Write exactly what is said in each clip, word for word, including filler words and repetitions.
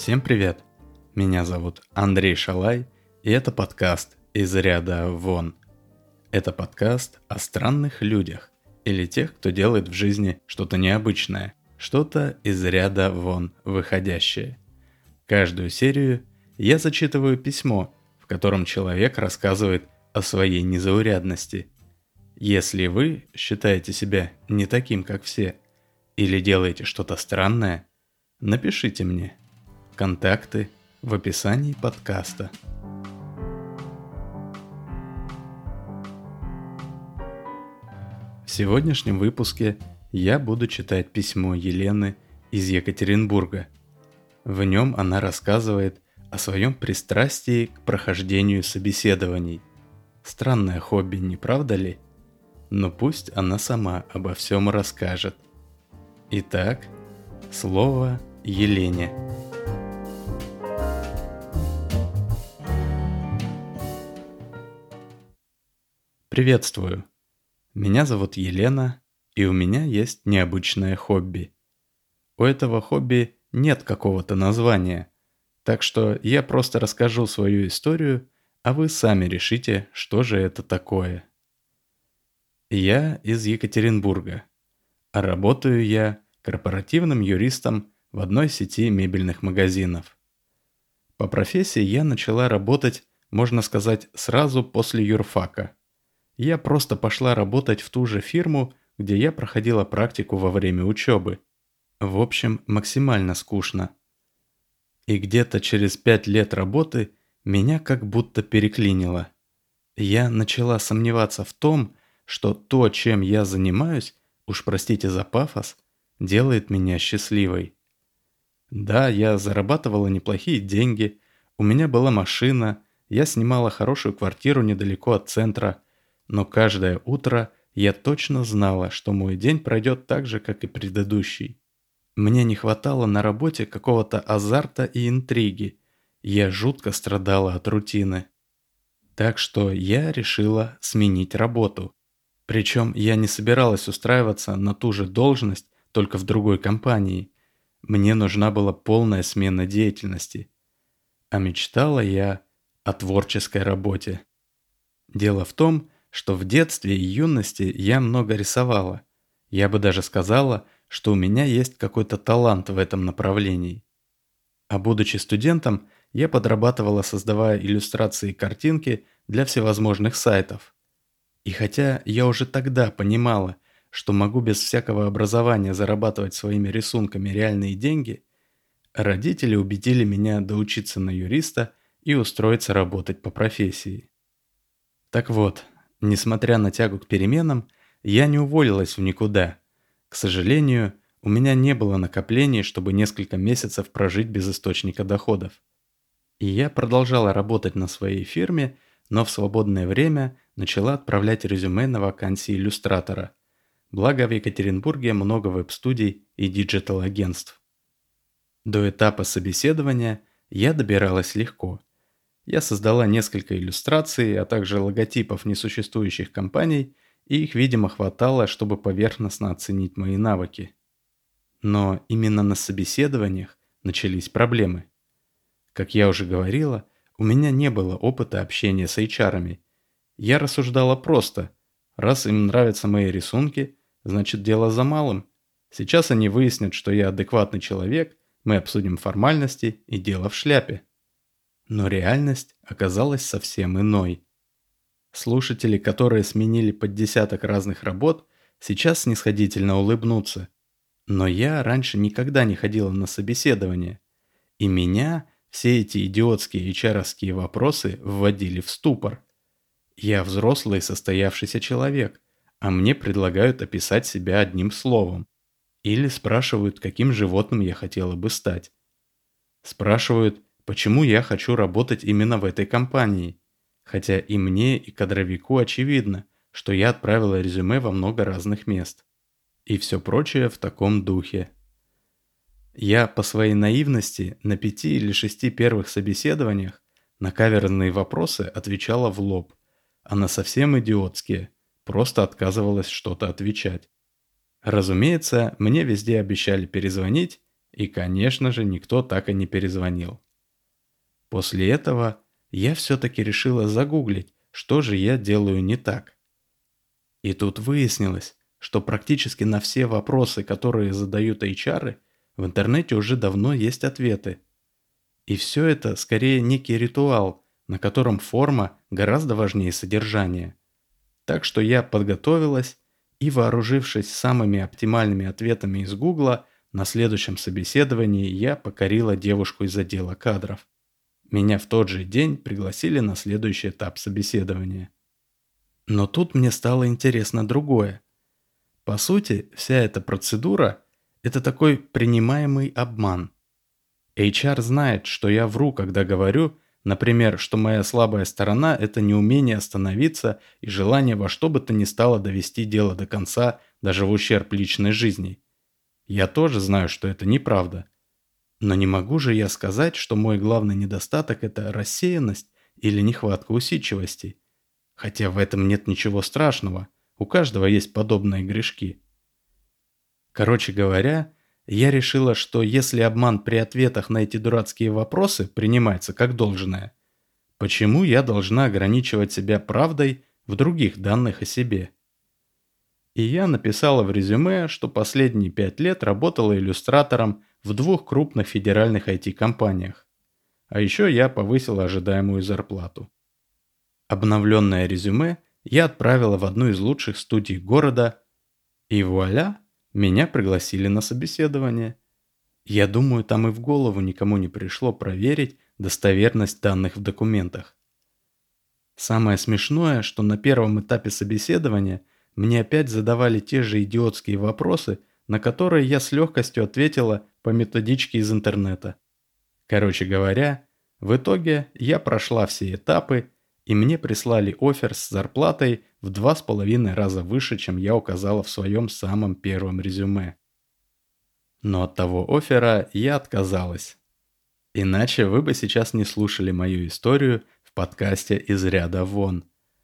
Всем привет! Меня зовут Андрей Шалай, и это подкаст «Из ряда вон». Это подкаст о странных людях или тех, кто делает в жизни что-то необычное, что-то из ряда вон выходящее. Каждую серию я зачитываю письмо, в котором человек рассказывает о своей незаурядности. Если вы считаете себя не таким, как все, или делаете что-то странное, напишите мне. Контакты в описании подкаста. В сегодняшнем выпуске я буду читать письмо Елены из Екатеринбурга. В нем она рассказывает о своем пристрастии к прохождению собеседований. Странное хобби, не правда ли? Но пусть она сама обо всем расскажет. Итак, слово Елене. Приветствую. Меня зовут Елена, и у меня есть необычное хобби. У этого хобби нет какого-то названия, так что я просто расскажу свою историю, а вы сами решите, что же это такое. Я из Екатеринбурга, а работаю я корпоративным юристом в одной сети мебельных магазинов. По профессии я начала работать, можно сказать, сразу после юрфака. Я просто пошла работать в ту же фирму, где я проходила практику во время учебы. В общем, максимально скучно. И где-то через пять лет работы меня как будто переклинило. Я начала сомневаться в том, что то, чем я занимаюсь, уж простите за пафос, делает меня счастливой. Да, я зарабатывала неплохие деньги, у меня была машина, я снимала хорошую квартиру недалеко от центра, но каждое утро я точно знала, что мой день пройдет так же, как и предыдущий. Мне не хватало на работе какого-то азарта и интриги. Я жутко страдала от рутины. Так что я решила сменить работу. Причем я не собиралась устраиваться на ту же должность, только в другой компании. Мне нужна была полная смена деятельности. А мечтала я о творческой работе. Дело в том, что в детстве и юности я много рисовала. Я бы даже сказала, что у меня есть какой-то талант в этом направлении. А будучи студентом, я подрабатывала, создавая иллюстрации и картинки для всевозможных сайтов. И хотя я уже тогда понимала, что могу без всякого образования зарабатывать своими рисунками реальные деньги, родители убедили меня доучиться на юриста и устроиться работать по профессии. Так вот, несмотря на тягу к переменам, я не уволилась в никуда. К сожалению, у меня не было накоплений, чтобы несколько месяцев прожить без источника доходов. И я продолжала работать на своей фирме, но в свободное время начала отправлять резюме на вакансии иллюстратора. Благо в Екатеринбурге много веб-студий и диджитал-агентств. До этапа собеседования я добиралась легко. Я создала несколько иллюстраций, а также логотипов несуществующих компаний, и их, видимо, хватало, чтобы поверхностно оценить мои навыки. Но именно на собеседованиях начались проблемы. Как я уже говорила, у меня не было опыта общения с эйч ар-ами. Я рассуждала просто: раз им нравятся мои рисунки, значит дело за малым. Сейчас они выяснят, что я адекватный человек, мы обсудим формальности и дело в шляпе. Но реальность оказалась совсем иной. Слушатели, которые сменили под десяток разных работ, сейчас снисходительно улыбнутся. Но я раньше никогда не ходила на собеседование. И меня все эти идиотские эйч ар-овские вопросы вводили в ступор. Я взрослый состоявшийся человек, а мне предлагают описать себя одним словом. Или спрашивают, каким животным я хотела бы стать. Спрашивают, почему я хочу работать именно в этой компании, хотя и мне, и кадровику очевидно, что я отправила резюме во много разных мест. И все прочее в таком духе. Я по своей наивности на пяти или шести первых собеседованиях на каверзные вопросы отвечала в лоб, а на совсем идиотские просто отказывалась что-то отвечать. Разумеется, мне везде обещали перезвонить И, конечно же, никто так и не перезвонил. После этого я все-таки решила загуглить, что же я делаю не так. И тут выяснилось, что практически на все вопросы, которые задают эйч ар, в интернете уже давно есть ответы. И все это скорее некий ритуал, на котором форма гораздо важнее содержания. Так что я подготовилась и, вооружившись самыми оптимальными ответами из Гугла, на следующем собеседовании я покорила девушку из отдела кадров. Меня в тот же день пригласили на следующий этап собеседования. Но тут мне стало интересно другое. По сути, вся эта процедура – это такой принимаемый обман. эйч ар знает, что я вру, когда говорю, например, что моя слабая сторона – это неумение остановиться и желание во что бы то ни стало довести дело до конца, даже в ущерб личной жизни. Я тоже знаю, что это неправда. Но не могу же я сказать, что мой главный недостаток – это рассеянность или нехватка усидчивости. Хотя в этом нет ничего страшного, у каждого есть подобные грешки. Короче говоря, я решила, что если обман при ответах на эти дурацкие вопросы принимается как должное, почему я должна ограничивать себя правдой в других данных о себе? И я написала в резюме, что последние пять лет работала иллюстратором в двух крупных федеральных ай ти-компаниях. А еще я повысила ожидаемую зарплату. Обновленное резюме я отправила в одну из лучших студий города, и вуаля, меня пригласили на собеседование. Я думаю, там и в голову никому не пришло проверить достоверность данных в документах. Самое смешное, что на первом этапе собеседования мне опять задавали те же идиотские вопросы, на которые я с легкостью ответила по методичке из интернета. Короче говоря, в итоге я прошла все этапы, и мне прислали оффер с зарплатой в два с половиной раза выше, чем я указала в своем самом первом резюме. Но от того оффера я отказалась. Иначе вы бы сейчас не слушали мою историю в подкасте «Из ряда вон».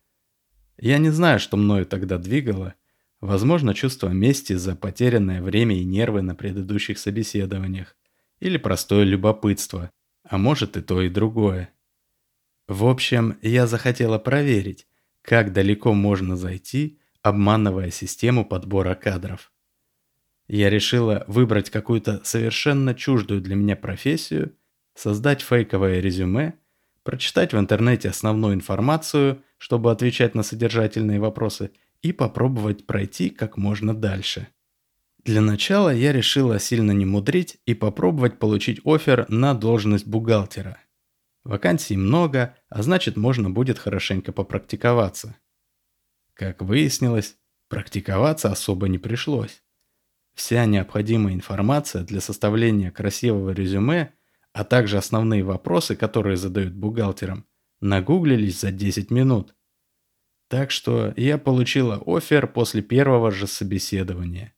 Я не знаю, что мною тогда двигало. Возможно, чувство мести за потерянное время и нервы на предыдущих собеседованиях. Или простое любопытство. А может и то, и другое. В общем, я захотела проверить, как далеко можно зайти, обманывая систему подбора кадров. Я решила выбрать какую-то совершенно чуждую для меня профессию, создать фейковое резюме, прочитать в интернете основную информацию, чтобы отвечать на содержательные вопросы, и попробовать пройти как можно дальше. Для начала я решила сильно не мудрить и попробовать получить оффер на должность бухгалтера. Вакансий много, а значит, можно будет хорошенько попрактиковаться. Как выяснилось, практиковаться особо не пришлось. Вся необходимая информация для составления красивого резюме, а также основные вопросы, которые задают бухгалтерам, нагуглились за десять минут. Так что я получила оффер после первого же собеседования.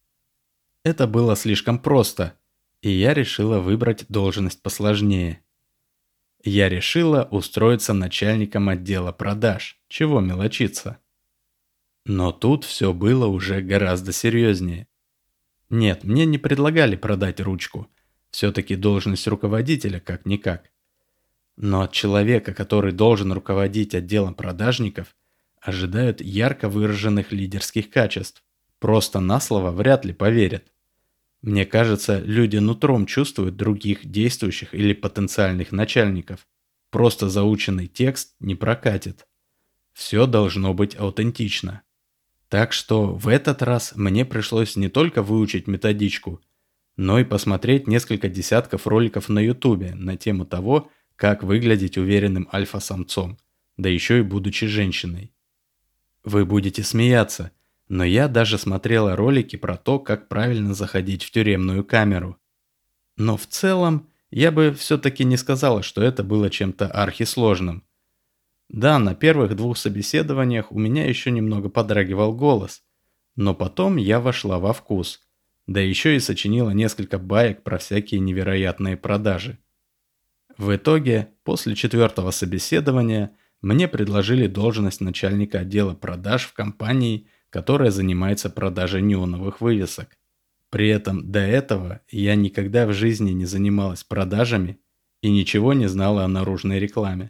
Это было слишком просто, и я решила выбрать должность посложнее. Я решила устроиться начальником отдела продаж, чего мелочиться. Но тут все было уже гораздо серьезнее. Нет, мне не предлагали продать ручку, все-таки должность руководителя как-никак. Но от человека, который должен руководить отделом продажников, ожидают ярко выраженных лидерских качеств. Просто на слово вряд ли поверят. Мне кажется, люди нутром чувствуют других действующих или потенциальных начальников. Просто заученный текст не прокатит. Все должно быть аутентично. Так что в этот раз мне пришлось не только выучить методичку, но и посмотреть несколько десятков роликов на ютубе на тему того, как выглядеть уверенным альфа-самцом, да еще и будучи женщиной. Вы будете смеяться, но я даже смотрела ролики про то, как правильно заходить в тюремную камеру. Но в целом, я бы все-таки не сказала, что это было чем-то архисложным. Да, на первых двух собеседованиях у меня еще немного подрагивал голос, но потом я вошла во вкус, да еще и сочинила несколько баек про всякие невероятные продажи. В итоге, после четвертого собеседования, мне предложили должность начальника отдела продаж в компании, которая занимается продажей неоновых вывесок. При этом до этого я никогда в жизни не занималась продажами и ничего не знала о наружной рекламе.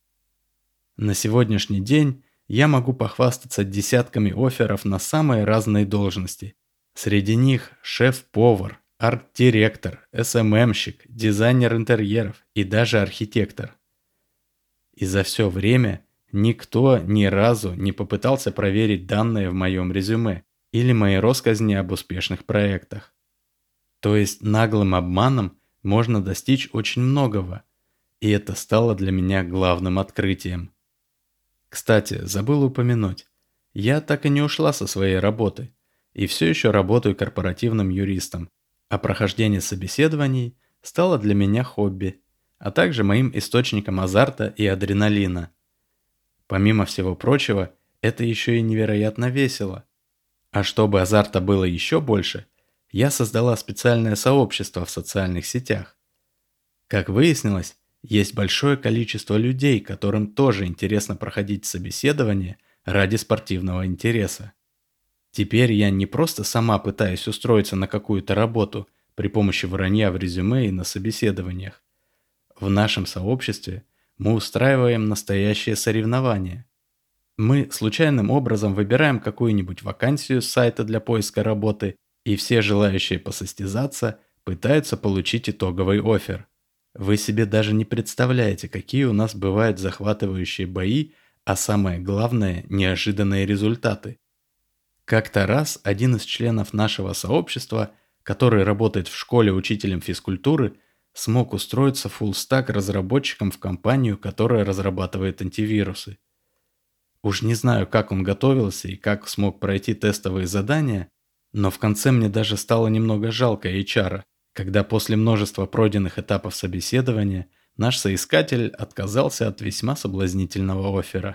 На сегодняшний день я могу похвастаться десятками офферов на самые разные должности. Среди них шеф-повар, арт-директор, эс эм эм-щик, дизайнер интерьеров и даже архитектор. И за все время никто ни разу не попытался проверить данные в моем резюме или мои россказни об успешных проектах. То есть наглым обманом можно достичь очень многого, и это стало для меня главным открытием. Кстати, забыл упомянуть, я так и не ушла со своей работы и все еще работаю корпоративным юристом, а прохождение собеседований стало для меня хобби, а также моим источником азарта и адреналина. Помимо всего прочего, это еще и невероятно весело. А чтобы азарта было еще больше, я создала специальное сообщество в социальных сетях. Как выяснилось, есть большое количество людей, которым тоже интересно проходить собеседование ради спортивного интереса. Теперь я не просто сама пытаюсь устроиться на какую-то работу при помощи вранья в резюме и на собеседованиях. В нашем сообществе мы устраиваем настоящие соревнования. Мы случайным образом выбираем какую-нибудь вакансию с сайта для поиска работы, и все желающие посостязаться пытаются получить итоговый оффер. Вы себе даже не представляете, какие у нас бывают захватывающие бои, а самое главное – неожиданные результаты. Как-то раз один из членов нашего сообщества, который работает в школе учителем физкультуры, смог устроиться фуллстак разработчиком в компанию, которая разрабатывает антивирусы. Уж не знаю, как он готовился и как смог пройти тестовые задания, но в конце мне даже стало немного жалко эйч ар, когда после множества пройденных этапов собеседования наш соискатель отказался от весьма соблазнительного оффера.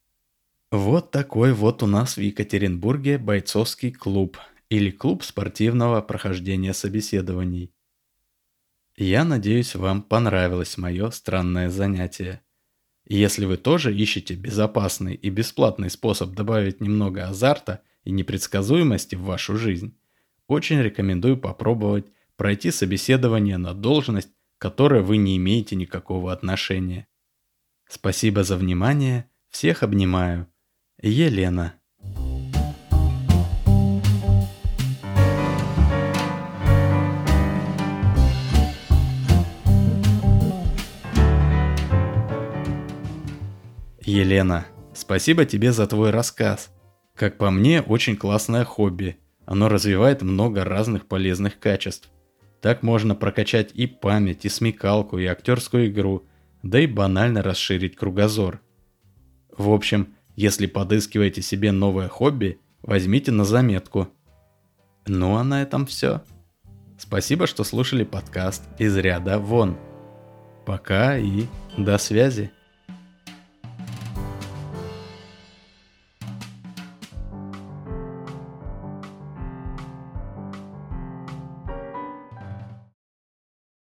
Вот такой вот у нас в Екатеринбурге бойцовский клуб или клуб спортивного прохождения собеседований. Я надеюсь, вам понравилось мое странное занятие. И если вы тоже ищете безопасный и бесплатный способ добавить немного азарта и непредсказуемости в вашу жизнь, очень рекомендую попробовать пройти собеседование на должность, к которой вы не имеете никакого отношения. Спасибо за внимание, всех обнимаю. Елена. Елена, спасибо тебе за твой рассказ. Как по мне, очень классное хобби. Оно развивает много разных полезных качеств. Так можно прокачать и память, и смекалку, и актерскую игру, да и банально расширить кругозор. В общем, если подыскиваете себе новое хобби, возьмите на заметку. Ну а на этом все. Спасибо, что слушали подкаст «Из ряда вон». Пока и до связи.